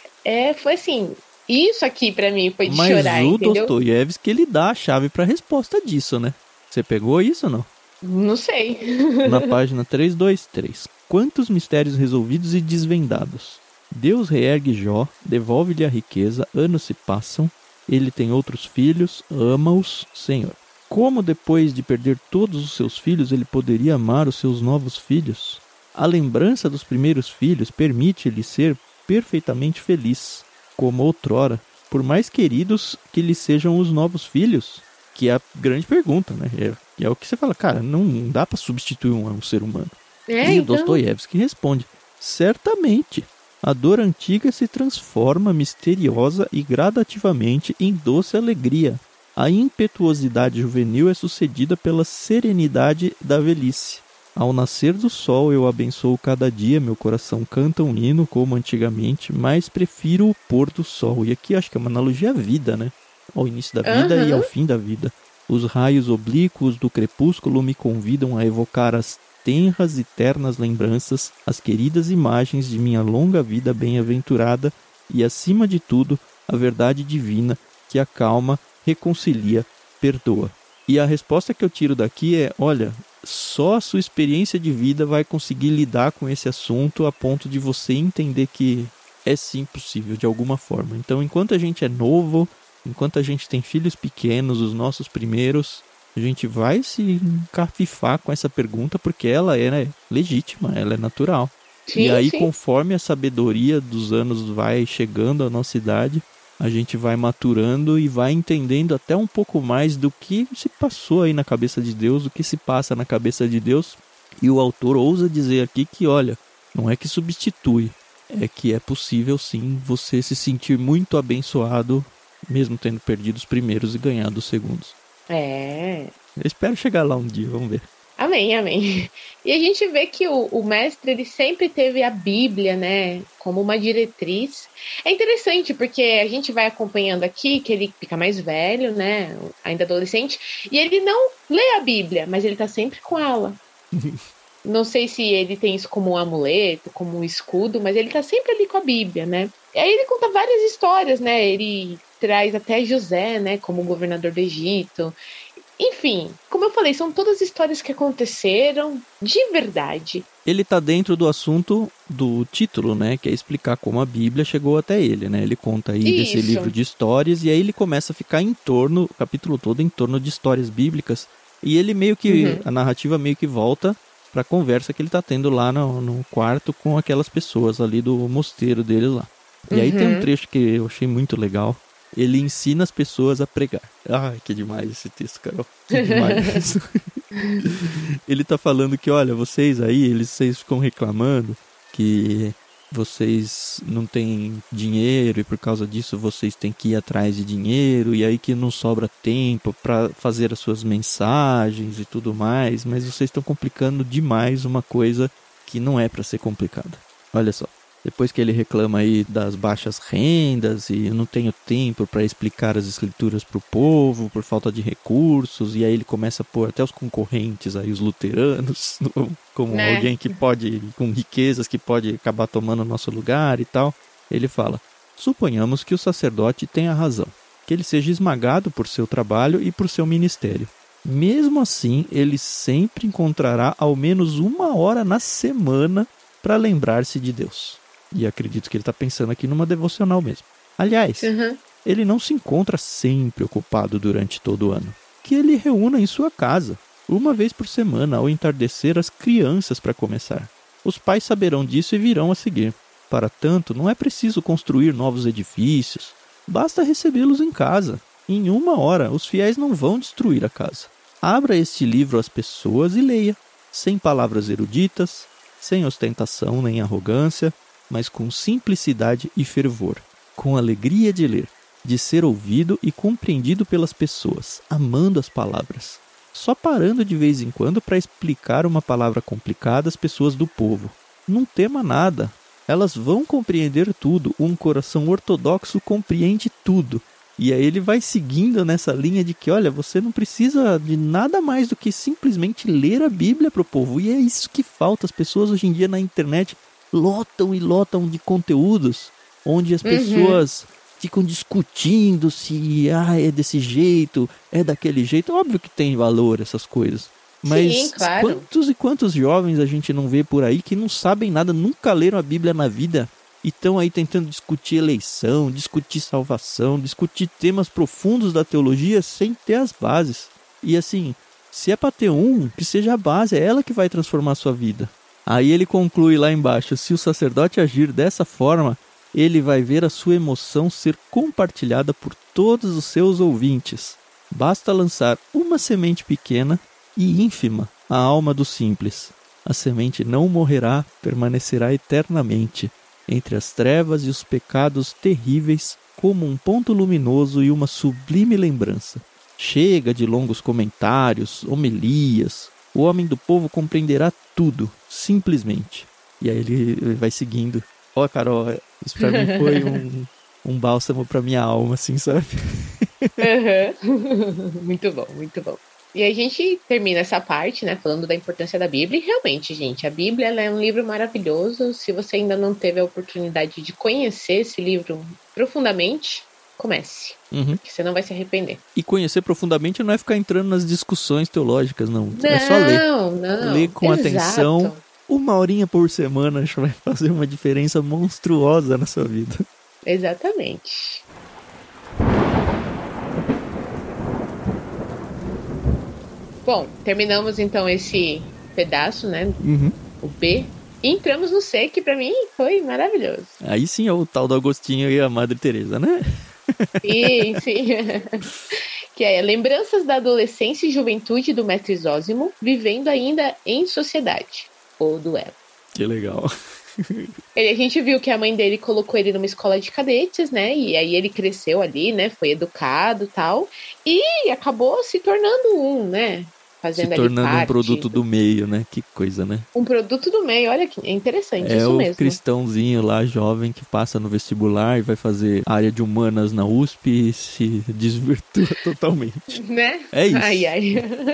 [SPEAKER 2] foi assim, isso aqui pra mim foi de chorar,
[SPEAKER 1] Mas o
[SPEAKER 2] entendeu?
[SPEAKER 1] Dostoiévski, ele dá a chave pra resposta disso, né? Você pegou isso ou não?
[SPEAKER 2] Não sei.
[SPEAKER 1] Na página 323. Quantos mistérios resolvidos e desvendados. Deus reergue Jó, devolve-lhe a riqueza, anos se passam, ele tem outros filhos, ama-os, Senhor. Como depois de perder todos os seus filhos, ele poderia amar os seus novos filhos? A lembrança dos primeiros filhos permite-lhe ser perfeitamente feliz, como outrora, por mais queridos que lhe sejam os novos filhos. Que é a grande pergunta, né? É o que você fala, cara, não dá para substituir um ser humano. E o Dostoiévski responde, certamente, a dor antiga se transforma misteriosa e gradativamente em doce alegria. A impetuosidade juvenil é sucedida pela serenidade da velhice. Ao nascer do sol eu abençoo cada dia, meu coração canta um hino como antigamente, mas prefiro o pôr do sol. E aqui acho que é uma analogia à vida, né? Ao início da vida e ao fim da vida. Os raios oblíquos do crepúsculo me convidam a evocar as tenras e ternas lembranças, as queridas imagens de minha longa vida bem-aventurada e, acima de tudo, a verdade divina que acalma, reconcilia, perdoa. E a resposta que eu tiro daqui é, olha, só a sua experiência de vida vai conseguir lidar com esse assunto a ponto de você entender que é sim possível de alguma forma. Então, enquanto a gente é novo, enquanto a gente tem filhos pequenos, os nossos primeiros, a gente vai se encafifar com essa pergunta porque ela é legítima, ela é natural.
[SPEAKER 2] Sim,
[SPEAKER 1] e aí,
[SPEAKER 2] sim.
[SPEAKER 1] conforme a sabedoria dos anos vai chegando à nossa idade, a gente vai maturando e vai entendendo até um pouco mais do que se passou aí na cabeça de Deus, o que se passa na cabeça de Deus. E o autor ousa dizer aqui que, olha, não é que substitui, é que é possível sim você se sentir muito abençoado, mesmo tendo perdido os primeiros e ganhado os segundos. Eu espero chegar lá um dia, vamos ver.
[SPEAKER 2] Amém, amém. E a gente vê que o mestre, ele sempre teve a Bíblia, né, como uma diretriz. É interessante, porque a gente vai acompanhando aqui que ele fica mais velho, né, ainda adolescente, e ele não lê a Bíblia, mas ele tá sempre com ela. Não sei se ele tem isso como um amuleto, como um escudo, mas ele tá sempre ali com a Bíblia, né. E aí ele conta várias histórias, né, ele traz até José, né, como governador do Egito. Enfim, como eu falei, são todas histórias que aconteceram de verdade.
[SPEAKER 1] Ele tá dentro do assunto do título, né? Que é explicar como a Bíblia chegou até ele, né? Ele conta aí desse livro de histórias e aí ele começa a ficar em torno, o capítulo todo em torno de histórias bíblicas. E ele meio que, a narrativa meio que volta pra conversa que ele tá tendo lá no quarto com aquelas pessoas ali do mosteiro dele lá. E aí tem um trecho que eu achei muito legal. Ele ensina as pessoas a pregar. Ai, que demais esse texto, Carol. Que demais isso. Ele tá falando que, olha, vocês ficam reclamando que vocês não têm dinheiro e por causa disso vocês têm que ir atrás de dinheiro e aí que não sobra tempo para fazer as suas mensagens e tudo mais, mas vocês estão complicando demais uma coisa que não é para ser complicada. Olha só. Depois que ele reclama aí das baixas rendas e eu não tenho tempo para explicar as escrituras para o povo por falta de recursos, e aí ele começa a pôr até os concorrentes aí, os luteranos, como alguém que pode, com riquezas, que pode acabar tomando o nosso lugar e tal. Ele fala, suponhamos que o sacerdote tenha razão, que ele seja esmagado por seu trabalho e por seu ministério. Mesmo assim, ele sempre encontrará ao menos 1 hora na semana para lembrar-se de Deus. E acredito que ele está pensando aqui numa devocional mesmo. Aliás, ele não se encontra sempre ocupado durante todo o ano. Que ele reúna em sua casa, 1 vez por semana, ao entardecer, as crianças para começar. Os pais saberão disso e virão a seguir. Para tanto, não é preciso construir novos edifícios, Basta recebê-los em casa. Em 1 hora, os fiéis não vão destruir a casa. Abra este livro às pessoas e leia, sem palavras eruditas, sem ostentação nem arrogância, mas com simplicidade e fervor, com alegria de ler, de ser ouvido e compreendido pelas pessoas, amando as palavras. Só parando de vez em quando para explicar uma palavra complicada às pessoas do povo. Não tema nada. Elas vão compreender tudo. Um coração ortodoxo compreende tudo. E aí ele vai seguindo nessa linha de que, olha, você não precisa de nada mais do que simplesmente ler a Bíblia para o povo. E é isso que falta. As pessoas hoje em dia na internet lotam e lotam de conteúdos onde as pessoas ficam discutindo se é desse jeito, é daquele jeito. Óbvio que tem valor essas coisas. Mas
[SPEAKER 2] sim, claro.
[SPEAKER 1] Quantos e quantos jovens a gente não vê por aí que não sabem nada, nunca leram a Bíblia na vida e estão aí tentando discutir eleição, discutir salvação, discutir temas profundos da teologia sem ter as bases. E assim, se é para ter que seja a base, é ela que vai transformar a sua vida. Aí ele conclui lá embaixo, se o sacerdote agir dessa forma, ele vai ver a sua emoção ser compartilhada por todos os seus ouvintes. Basta lançar uma semente pequena e ínfima à alma do simples. A semente não morrerá, permanecerá eternamente, entre as trevas e os pecados terríveis, como um ponto luminoso e uma sublime lembrança. Chega de longos comentários, homilias. O homem do povo compreenderá tudo, simplesmente. E aí ele vai seguindo. Carol, isso pra mim foi um bálsamo pra minha alma, assim, sabe?
[SPEAKER 2] Muito bom, muito bom. E a gente termina essa parte, né, falando da importância da Bíblia. E realmente, gente, a Bíblia ela é um livro maravilhoso. Se você ainda não teve a oportunidade de conhecer esse livro profundamente, comece. Que você não vai se arrepender.
[SPEAKER 1] E conhecer profundamente não é ficar entrando nas discussões teológicas, não. É só ler.
[SPEAKER 2] Não.
[SPEAKER 1] Ler com
[SPEAKER 2] Exato.
[SPEAKER 1] atenção. 1 horinha por semana acho que vai fazer uma diferença monstruosa na sua vida.
[SPEAKER 2] Exatamente. Bom, terminamos então esse pedaço, né? O B. E entramos no C, que pra mim foi maravilhoso.
[SPEAKER 1] Aí sim é o tal do Agostinho e a Madre Teresa, né?
[SPEAKER 2] Sim. Que é Lembranças da Adolescência e Juventude do Mestre Zósimo, vivendo ainda em sociedade. O duelo.
[SPEAKER 1] Que legal.
[SPEAKER 2] A gente viu que a mãe dele colocou ele numa escola de cadetes, né? E aí ele cresceu ali, né? Foi educado e tal. E acabou se tornando né? Fazendo
[SPEAKER 1] se tornando
[SPEAKER 2] ali parte
[SPEAKER 1] um produto do meio, né? Que coisa, né?
[SPEAKER 2] Um produto do meio, olha que interessante, isso mesmo. É o
[SPEAKER 1] cristãozinho lá, jovem, que passa no vestibular e vai fazer área de humanas na USP e se desvirtua totalmente.
[SPEAKER 2] Né?
[SPEAKER 1] É isso.
[SPEAKER 2] Ai.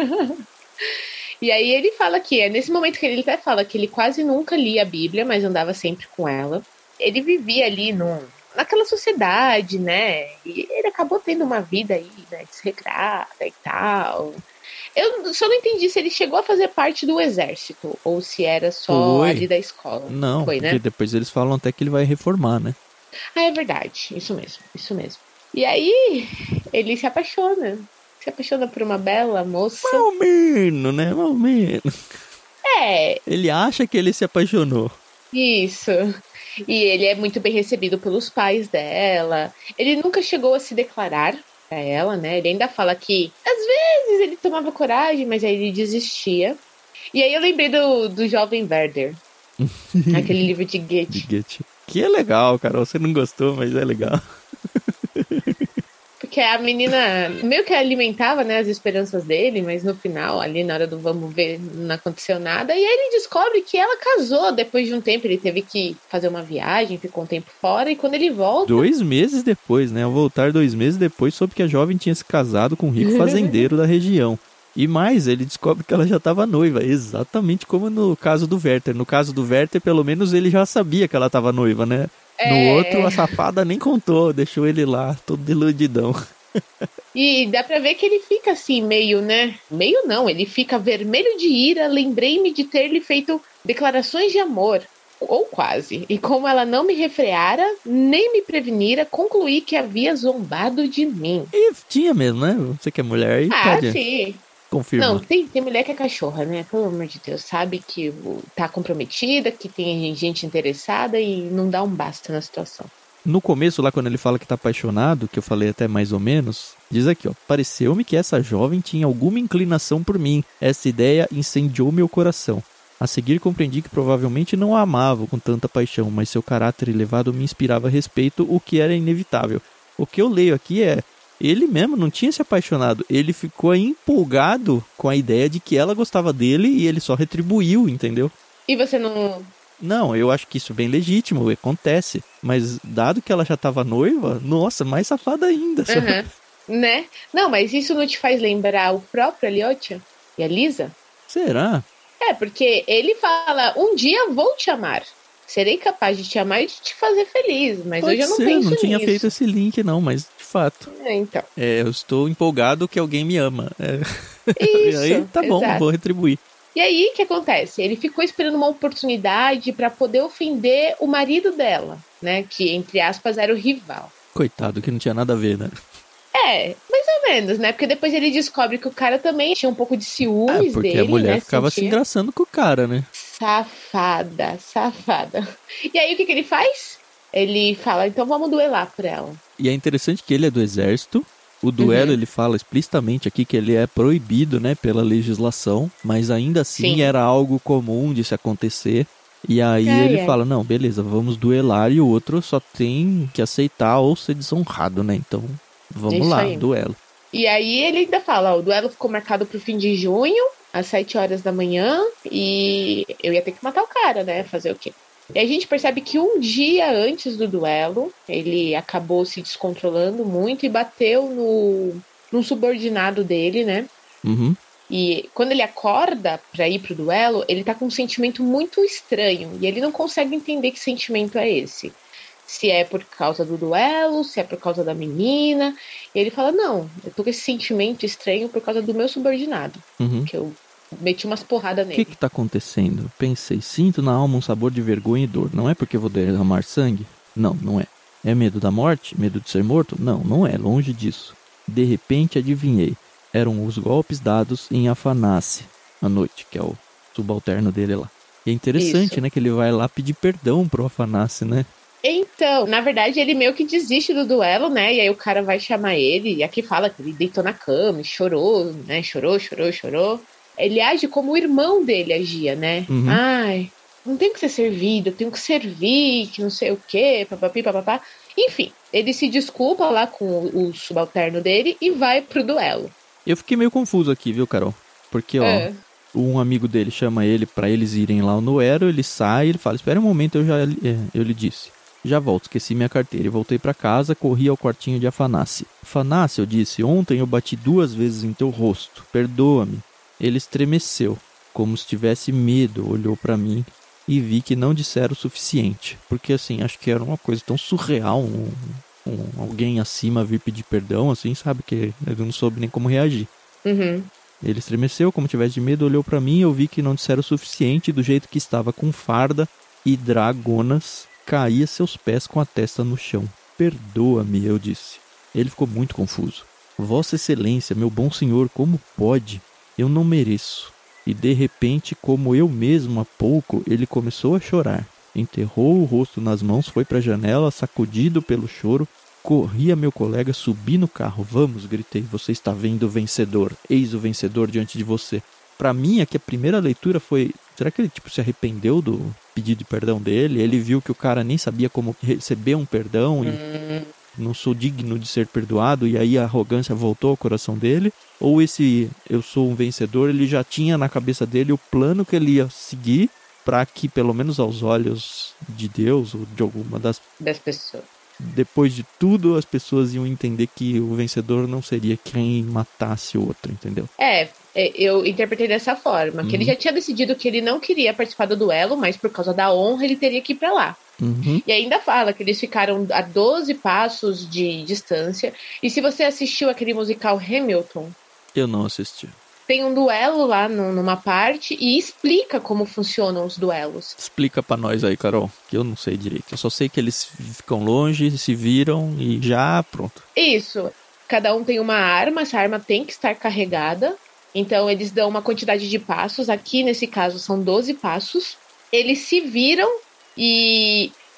[SPEAKER 2] E aí ele fala que, nesse momento que ele até fala que ele quase nunca lia a Bíblia, mas andava sempre com ela. Ele vivia ali naquela sociedade, né? E ele acabou tendo uma vida aí, né, desregrada e tal. Eu só não entendi se ele chegou a fazer parte do exército ou se era só ali da escola.
[SPEAKER 1] Não,
[SPEAKER 2] foi,
[SPEAKER 1] porque
[SPEAKER 2] né?
[SPEAKER 1] Depois eles falam até que ele vai reformar, né?
[SPEAKER 2] É verdade, isso mesmo. E aí ele se apaixona por uma bela moça.
[SPEAKER 1] Malmeno, né? Malmeno. Ele acha que ele se apaixonou.
[SPEAKER 2] Isso. E ele é muito bem recebido pelos pais dela. Ele nunca chegou a se declarar pra ela, né? Ele ainda fala que às vezes ele tomava coragem, mas aí ele desistia. E aí eu lembrei do Jovem Werther. Aquele livro de Goethe.
[SPEAKER 1] Que é legal, Carol. Você não gostou, mas é legal.
[SPEAKER 2] Porque a menina meio que alimentava, né, as esperanças dele, mas no final, ali na hora do vamos ver, não aconteceu nada. E aí ele descobre que ela casou depois de um tempo. Ele teve que fazer uma viagem, ficou um tempo fora. E quando ele volta...
[SPEAKER 1] 2 meses depois, né? Ao voltar 2 meses depois, soube que a jovem tinha se casado com um rico fazendeiro da região. E mais, ele descobre que ela já estava noiva. Exatamente como no caso do Werther. No caso do Werther, pelo menos ele já sabia que ela estava noiva, né? No outro, a safada nem contou, deixou ele lá, todo iludidão.
[SPEAKER 2] E dá pra ver que ele fica assim, meio, né? Meio não, ele fica vermelho de ira. Lembrei-me de ter lhe feito declarações de amor, ou quase. E como ela não me refreara, nem me prevenira, concluí que havia zombado de mim.
[SPEAKER 1] E tinha mesmo, né? Você que é mulher aí, pode
[SPEAKER 2] sim.
[SPEAKER 1] confirmar.
[SPEAKER 2] Não, tem mulher que é cachorra, né? Pelo amor de Deus, sabe que tá comprometida, que tem gente interessada e não dá um basta na situação.
[SPEAKER 1] No começo, lá quando ele fala que tá apaixonado, que eu falei até mais ou menos, diz aqui, ó: pareceu-me que essa jovem tinha alguma inclinação por mim. Essa ideia incendiou meu coração. A seguir compreendi que provavelmente não a amava com tanta paixão, mas seu caráter elevado me inspirava respeito, o que era inevitável. O que eu leio aqui é: ele mesmo não tinha se apaixonado, ele ficou empolgado com a ideia de que ela gostava dele e ele só retribuiu, entendeu?
[SPEAKER 2] E você não...
[SPEAKER 1] Não, eu acho que isso é bem legítimo, acontece. Mas dado que ela já tava noiva, nossa, mais safada ainda.
[SPEAKER 2] Né? Não, mas isso não te faz lembrar o próprio Alyosha e a Lisa?
[SPEAKER 1] Será?
[SPEAKER 2] É, porque ele fala: um dia vou te amar. Serei capaz de te amar e de te fazer feliz. Mas
[SPEAKER 1] Pode
[SPEAKER 2] hoje eu não
[SPEAKER 1] ser,
[SPEAKER 2] penso nisso.
[SPEAKER 1] Não tinha feito esse link não, mas de fato.
[SPEAKER 2] Então.
[SPEAKER 1] Eu estou empolgado que alguém me ama.
[SPEAKER 2] Isso,
[SPEAKER 1] e aí tá bom,
[SPEAKER 2] exato.
[SPEAKER 1] vou retribuir.
[SPEAKER 2] E aí, o que acontece? Ele ficou esperando uma oportunidade para poder ofender o marido dela, né? Que, entre aspas, era o rival.
[SPEAKER 1] Coitado, que não tinha nada a ver, né?
[SPEAKER 2] Mais ou menos, né? Porque depois ele descobre que o cara também tinha um pouco de ciúmes
[SPEAKER 1] porque
[SPEAKER 2] dele,
[SPEAKER 1] a mulher
[SPEAKER 2] né?
[SPEAKER 1] ficava se engraçando com o cara, né?
[SPEAKER 2] Safada. E aí, o que ele faz? Ele fala: então vamos duelar por ela.
[SPEAKER 1] E é interessante que ele é do exército. O duelo, ele fala explicitamente aqui que ele é proibido, né, pela legislação, mas ainda assim era algo comum de se acontecer. E aí ele fala: não, beleza, vamos duelar, e o outro só tem que aceitar ou ser desonrado, né? Então, vamos lá, duelo.
[SPEAKER 2] E aí ele ainda fala: ó, o duelo ficou marcado pro fim de junho, às 7 horas da manhã, e eu ia ter que matar o cara, né? Fazer o quê? E a gente percebe que um dia antes do duelo, ele acabou se descontrolando muito e bateu num subordinado dele, né? E quando ele acorda pra ir pro duelo, ele tá com um sentimento muito estranho. E ele não consegue entender que sentimento é esse. Se é por causa do duelo, se é por causa da menina. E ele fala: não, eu tô com esse sentimento estranho por causa do meu subordinado. Que eu meti umas porradas nele.
[SPEAKER 1] O que tá acontecendo? Pensei, sinto na alma um sabor de vergonha e dor. Não é porque vou derramar sangue? Não, não é. É medo da morte? Medo de ser morto? Não, não é, longe disso. De repente adivinhei. Eram os golpes dados em Afanassi à noite, que é o subalterno dele lá. E é interessante, né, que ele vai lá pedir perdão pro Afanassi, né?
[SPEAKER 2] Então, na verdade, ele meio que desiste do duelo, né? E aí o cara vai chamar ele, e aqui fala que ele deitou na cama e chorou, né? Chorou. Ele age como o irmão dele agia, né? Ai, não tenho que ser servido, eu tenho que servir, que não sei o quê, papapi, papapá. Enfim, ele se desculpa lá com o subalterno dele e vai pro duelo.
[SPEAKER 1] Eu fiquei meio confuso aqui, viu, Carol? Porque, ó, um amigo dele chama ele pra eles irem lá no duelo, ele sai, ele fala: espera um momento, eu lhe disse. Já volto, esqueci minha carteira e voltei pra casa, corri ao quartinho de Afanassi. Afanassi, eu disse, ontem eu bati 2 vezes em teu rosto, perdoa-me. Ele estremeceu, como se tivesse medo, olhou pra mim e vi que não disseram o suficiente. Porque, assim, acho que era uma coisa tão surreal, alguém acima vir pedir perdão, assim, sabe? Que ele não soube nem como reagir. Ele estremeceu, como tivesse de medo, olhou pra mim e eu vi que não disseram o suficiente, do jeito que estava com farda e dragonas, caía seus pés com a testa no chão. Perdoa-me, eu disse. Ele ficou muito confuso. Vossa Excelência, meu bom senhor, como pode? Eu não mereço. E de repente, como eu mesmo há pouco, ele começou a chorar. Enterrou o rosto nas mãos, foi para a janela, sacudido pelo choro. Corri a meu colega, subi no carro. Vamos, gritei, você está vendo o vencedor. Eis o vencedor diante de você. Para mim, aqui a primeira leitura foi... Será que ele se arrependeu do pedido de perdão dele? Ele viu que o cara nem sabia como receber um perdão e não sou digno de ser perdoado, e aí a arrogância voltou ao coração dele? Ou esse eu sou um vencedor, ele já tinha na cabeça dele o plano que ele ia seguir para que, pelo menos aos olhos de Deus ou de alguma das
[SPEAKER 2] pessoas,
[SPEAKER 1] depois de tudo, as pessoas iam entender que o vencedor não seria quem matasse o outro, entendeu?
[SPEAKER 2] Eu interpretei dessa forma, que ele já tinha decidido que ele não queria participar do duelo, mas por causa da honra ele teria que ir pra lá. E ainda fala que eles ficaram a 12 passos de distância. E se você assistiu aquele musical Hamilton...
[SPEAKER 1] Eu não assisti.
[SPEAKER 2] Tem um duelo lá numa parte e explica como funcionam os duelos.
[SPEAKER 1] Explica pra nós aí, Carol, que eu não sei direito. Eu só sei que eles ficam longe, se viram e já pronto.
[SPEAKER 2] Isso. Cada um tem uma arma, essa arma tem que estar carregada. Então eles dão uma quantidade de passos. Aqui, nesse caso, são 12 passos. Eles se viram e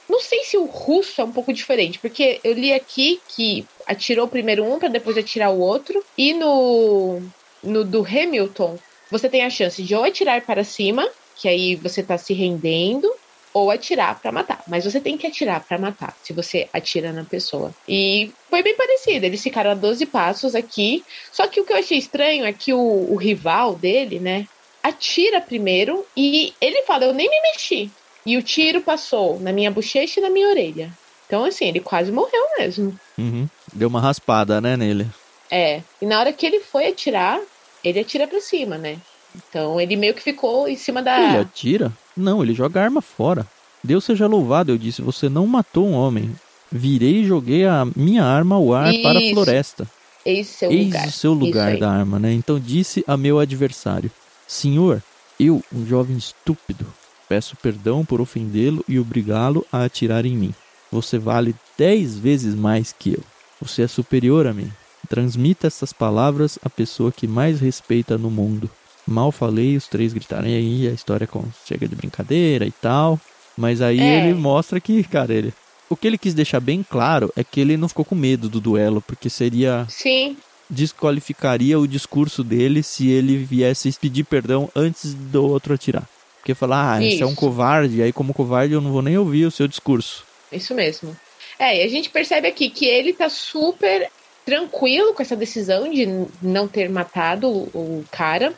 [SPEAKER 2] Não sei se o russo é um pouco diferente, porque eu li aqui que atirou primeiro um para depois atirar o outro. E no do Hamilton, você tem a chance de ou atirar para cima, que aí você tá se rendendo, ou atirar para matar. Mas você tem que atirar para matar, se você atira na pessoa. E foi bem parecido, eles ficaram a 12 passos aqui. Só que o que eu achei estranho é que o rival dele, né, atira primeiro e ele fala, eu nem me mexi. E o tiro passou na minha bochecha e na minha orelha. Então, assim, ele quase morreu mesmo.
[SPEAKER 1] Uhum. Deu uma raspada, né, nele.
[SPEAKER 2] É, e na hora que ele foi atirar, ele atira pra cima, né? Então ele meio que ficou em cima da...
[SPEAKER 1] Ele atira? Não, ele joga a arma fora. Deus seja louvado, eu disse, você não matou um homem. Virei e joguei a minha arma ao ar para a floresta.
[SPEAKER 2] Esse é o
[SPEAKER 1] Eis
[SPEAKER 2] lugar.
[SPEAKER 1] o seu lugar da arma, né? Então disse a meu adversário, Senhor, eu, um jovem estúpido, peço perdão por ofendê-lo e obrigá-lo a atirar em mim. Você vale 10 vezes mais que eu. Você é superior a mim. Transmita essas palavras à pessoa que mais respeita no mundo. Mal falei, os três gritaram. E aí a história chega de brincadeira e tal. Mas aí ele mostra que, cara, o que ele quis deixar bem claro é que ele não ficou com medo do duelo, porque seria...
[SPEAKER 2] Sim.
[SPEAKER 1] Desqualificaria o discurso dele se ele viesse pedir perdão antes do outro atirar. Porque falar, você é um covarde, aí como covarde eu não vou nem ouvir o seu discurso.
[SPEAKER 2] Isso mesmo. E a gente percebe aqui que ele tá super tranquilo com essa decisão de não ter matado o cara.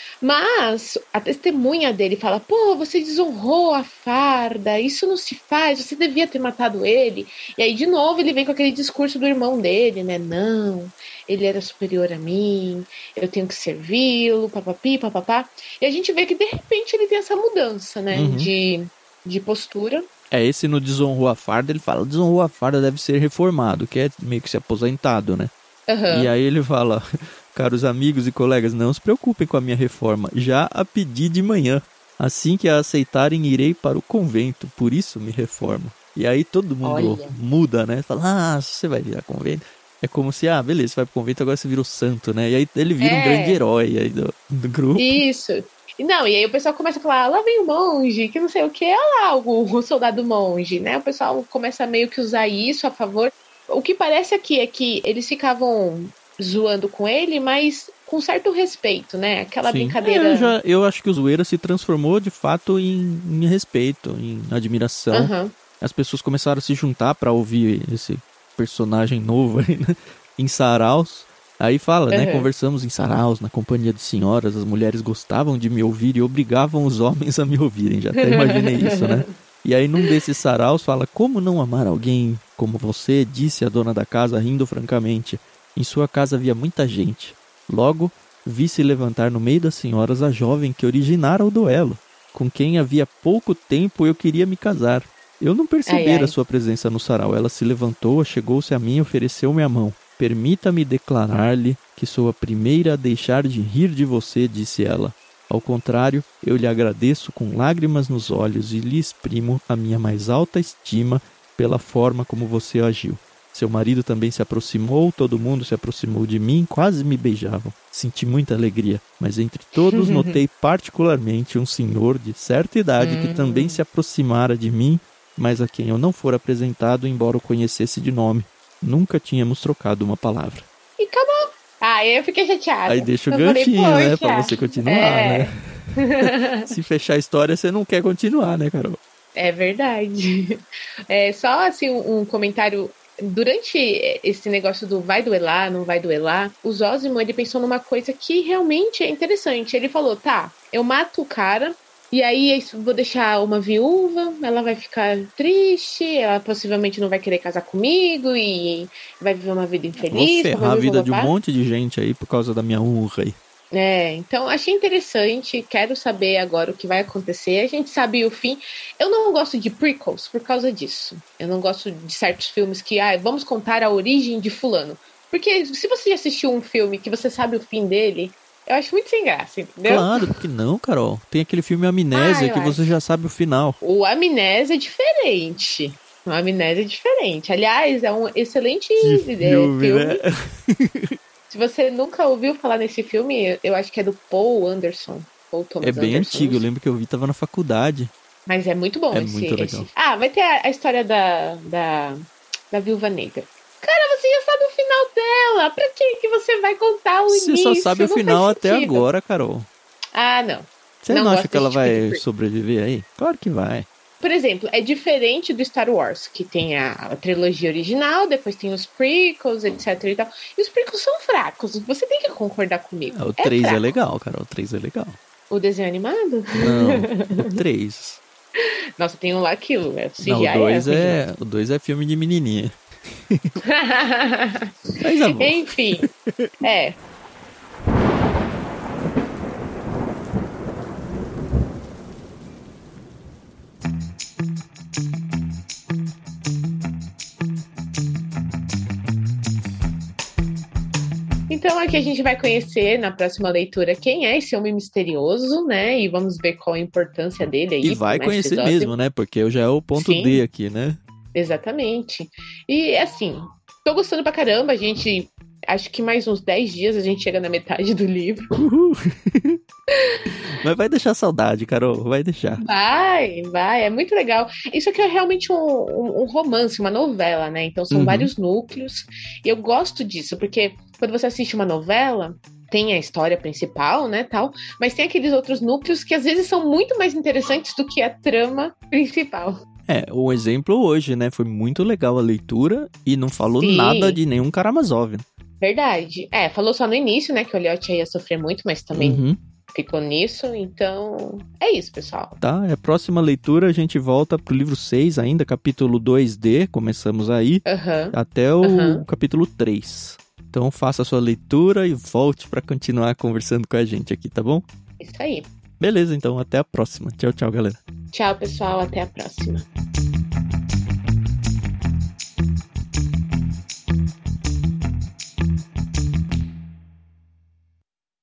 [SPEAKER 2] Mas a testemunha dele fala, pô, você desonrou a farda, isso não se faz, você devia ter matado ele. E aí, de novo, ele vem com aquele discurso do irmão dele, né? Não, ele era superior a mim, eu tenho que servi-lo, papapi, papapá. E a gente vê que, de repente, ele tem essa mudança, né? De postura.
[SPEAKER 1] Esse no desonrou a farda, ele fala, desonrou a farda deve ser reformado, que é meio que se aposentado, né?
[SPEAKER 2] Uhum.
[SPEAKER 1] E aí ele fala... Caros amigos e colegas, não se preocupem com a minha reforma, já a pedi de manhã. Assim que a aceitarem, irei para o convento, por isso me reformo. E aí todo mundo muda, né? Fala, você vai virar convento. É como se, beleza, você vai pro convento, agora você virou santo, né? E aí ele vira um grande herói aí do grupo.
[SPEAKER 2] Isso. Não, e aí o pessoal começa a falar, lá vem o monge, que não sei o que, olha lá o soldado monge, né? O pessoal começa a meio que usar isso a favor. O que parece aqui é que eles ficavam... zoando com ele, mas com certo respeito, né? Aquela brincadeira...
[SPEAKER 1] Eu acho que o zoeira se transformou de fato em respeito, em admiração.
[SPEAKER 2] Uhum.
[SPEAKER 1] As pessoas começaram a se juntar para ouvir esse personagem novo aí, né? Em saraus. Aí fala, né? Conversamos em saraus, na companhia de senhoras, as mulheres gostavam de me ouvir e obrigavam os homens a me ouvirem. Já até imaginei isso, né? E aí num desses saraus fala, como não amar alguém como você, disse a dona da casa rindo francamente. Em sua casa havia muita gente. Logo, vi se levantar no meio das senhoras a jovem que originara o duelo, com quem havia pouco tempo eu queria me casar. Eu não percebera sua presença no sarau. Ela se levantou, chegou-se a mim e ofereceu-me a mão. Permita-me declarar-lhe que sou a primeira a deixar de rir de você, disse ela. Ao contrário, eu lhe agradeço com lágrimas nos olhos e lhe exprimo a minha mais alta estima pela forma como você agiu. Seu marido também se aproximou, todo mundo se aproximou de mim, quase me beijavam. Senti muita alegria, mas entre todos notei particularmente um senhor de certa idade que também se aproximara de mim, mas a quem eu não fora apresentado, embora o conhecesse de nome. Nunca tínhamos trocado uma palavra.
[SPEAKER 2] E acabou. Eu fiquei chateada.
[SPEAKER 1] Aí deixa o ganchinho, né, pra você continuar, né? Se fechar a história, você não quer continuar, né, Carol?
[SPEAKER 2] É verdade. Só assim um comentário... Durante esse negócio do vai duelar, não vai duelar, o Zósimo, ele pensou numa coisa que realmente é interessante. Ele falou, eu mato o cara, e aí vou deixar uma viúva, ela vai ficar triste, ela possivelmente não vai querer casar comigo, e vai viver uma vida infeliz.
[SPEAKER 1] Vou ferrar a vida de um monte de gente aí por causa da minha honra aí.
[SPEAKER 2] Então achei interessante, quero saber agora o que vai acontecer, a gente sabe o fim. Eu não gosto de prequels por causa disso. Eu não gosto de certos filmes que, vamos contar a origem de fulano. Porque se você assistiu um filme que você sabe o fim dele, eu acho muito sem graça, entendeu?
[SPEAKER 1] Claro, porque não, Carol. Tem aquele filme Amnésia que você já sabe o final.
[SPEAKER 2] O Amnésia é diferente. O Amnésia é diferente. Aliás, é um excelente filme.
[SPEAKER 1] Né?
[SPEAKER 2] Se você nunca ouviu falar nesse filme, eu acho que é do Paul Anderson. Ou Thomas
[SPEAKER 1] Anderson. É bem
[SPEAKER 2] Anderson,
[SPEAKER 1] antigo, eu lembro que eu vi, tava na faculdade.
[SPEAKER 2] Mas é muito bom
[SPEAKER 1] muito legal.
[SPEAKER 2] Ah, vai ter a história da Viúva Negra. Cara, você já sabe o final dela. Pra que você vai contar o início?
[SPEAKER 1] Você só sabe o final até agora, Carol.
[SPEAKER 2] Ah, não.
[SPEAKER 1] Você não acha que ela vai sobreviver aí? Claro que vai.
[SPEAKER 2] Por exemplo, é diferente do Star Wars, que tem a trilogia original, depois tem os prequels, etc e tal. E os prequels são fracos, você tem que concordar comigo.
[SPEAKER 1] O 3 é legal, cara, o 3 é legal.
[SPEAKER 2] O desenho animado?
[SPEAKER 1] Não, o 3.
[SPEAKER 2] Nossa, tem um lá aquilo, né?
[SPEAKER 1] O 2 é filme de menininha. Mas amor.
[SPEAKER 2] Enfim, Então aqui a gente vai conhecer na próxima leitura quem é esse homem misterioso, né? E vamos ver qual a importância dele aí.
[SPEAKER 1] E vai conhecer mesmo, né? Porque já é o ponto
[SPEAKER 2] Sim.
[SPEAKER 1] D aqui, né?
[SPEAKER 2] Exatamente. E assim, tô gostando pra caramba, acho que mais uns 10 dias a gente chega na metade do livro.
[SPEAKER 1] Uhul. Mas vai deixar saudade, Carol, vai deixar.
[SPEAKER 2] Vai, é muito legal. Isso aqui é realmente um romance, uma novela, né? Então são vários núcleos. E eu gosto disso, porque quando você assiste uma novela, tem a história principal, né, tal, mas tem aqueles outros núcleos que às vezes são muito mais interessantes do que a trama principal.
[SPEAKER 1] O exemplo hoje, né? Foi muito legal a leitura e não falou nada de nenhum Karamazov.
[SPEAKER 2] Verdade. Falou só no início, né, que o Elliot ia sofrer muito, mas também ficou nisso, então é isso, pessoal.
[SPEAKER 1] Tá, a próxima leitura a gente volta pro livro 6 ainda, capítulo 2D, começamos aí, até o capítulo 3. Então faça a sua leitura e volte pra continuar conversando com a gente aqui, tá bom?
[SPEAKER 2] Isso aí.
[SPEAKER 1] Beleza, então até a próxima. Tchau, tchau, galera.
[SPEAKER 2] Tchau, pessoal, até a próxima.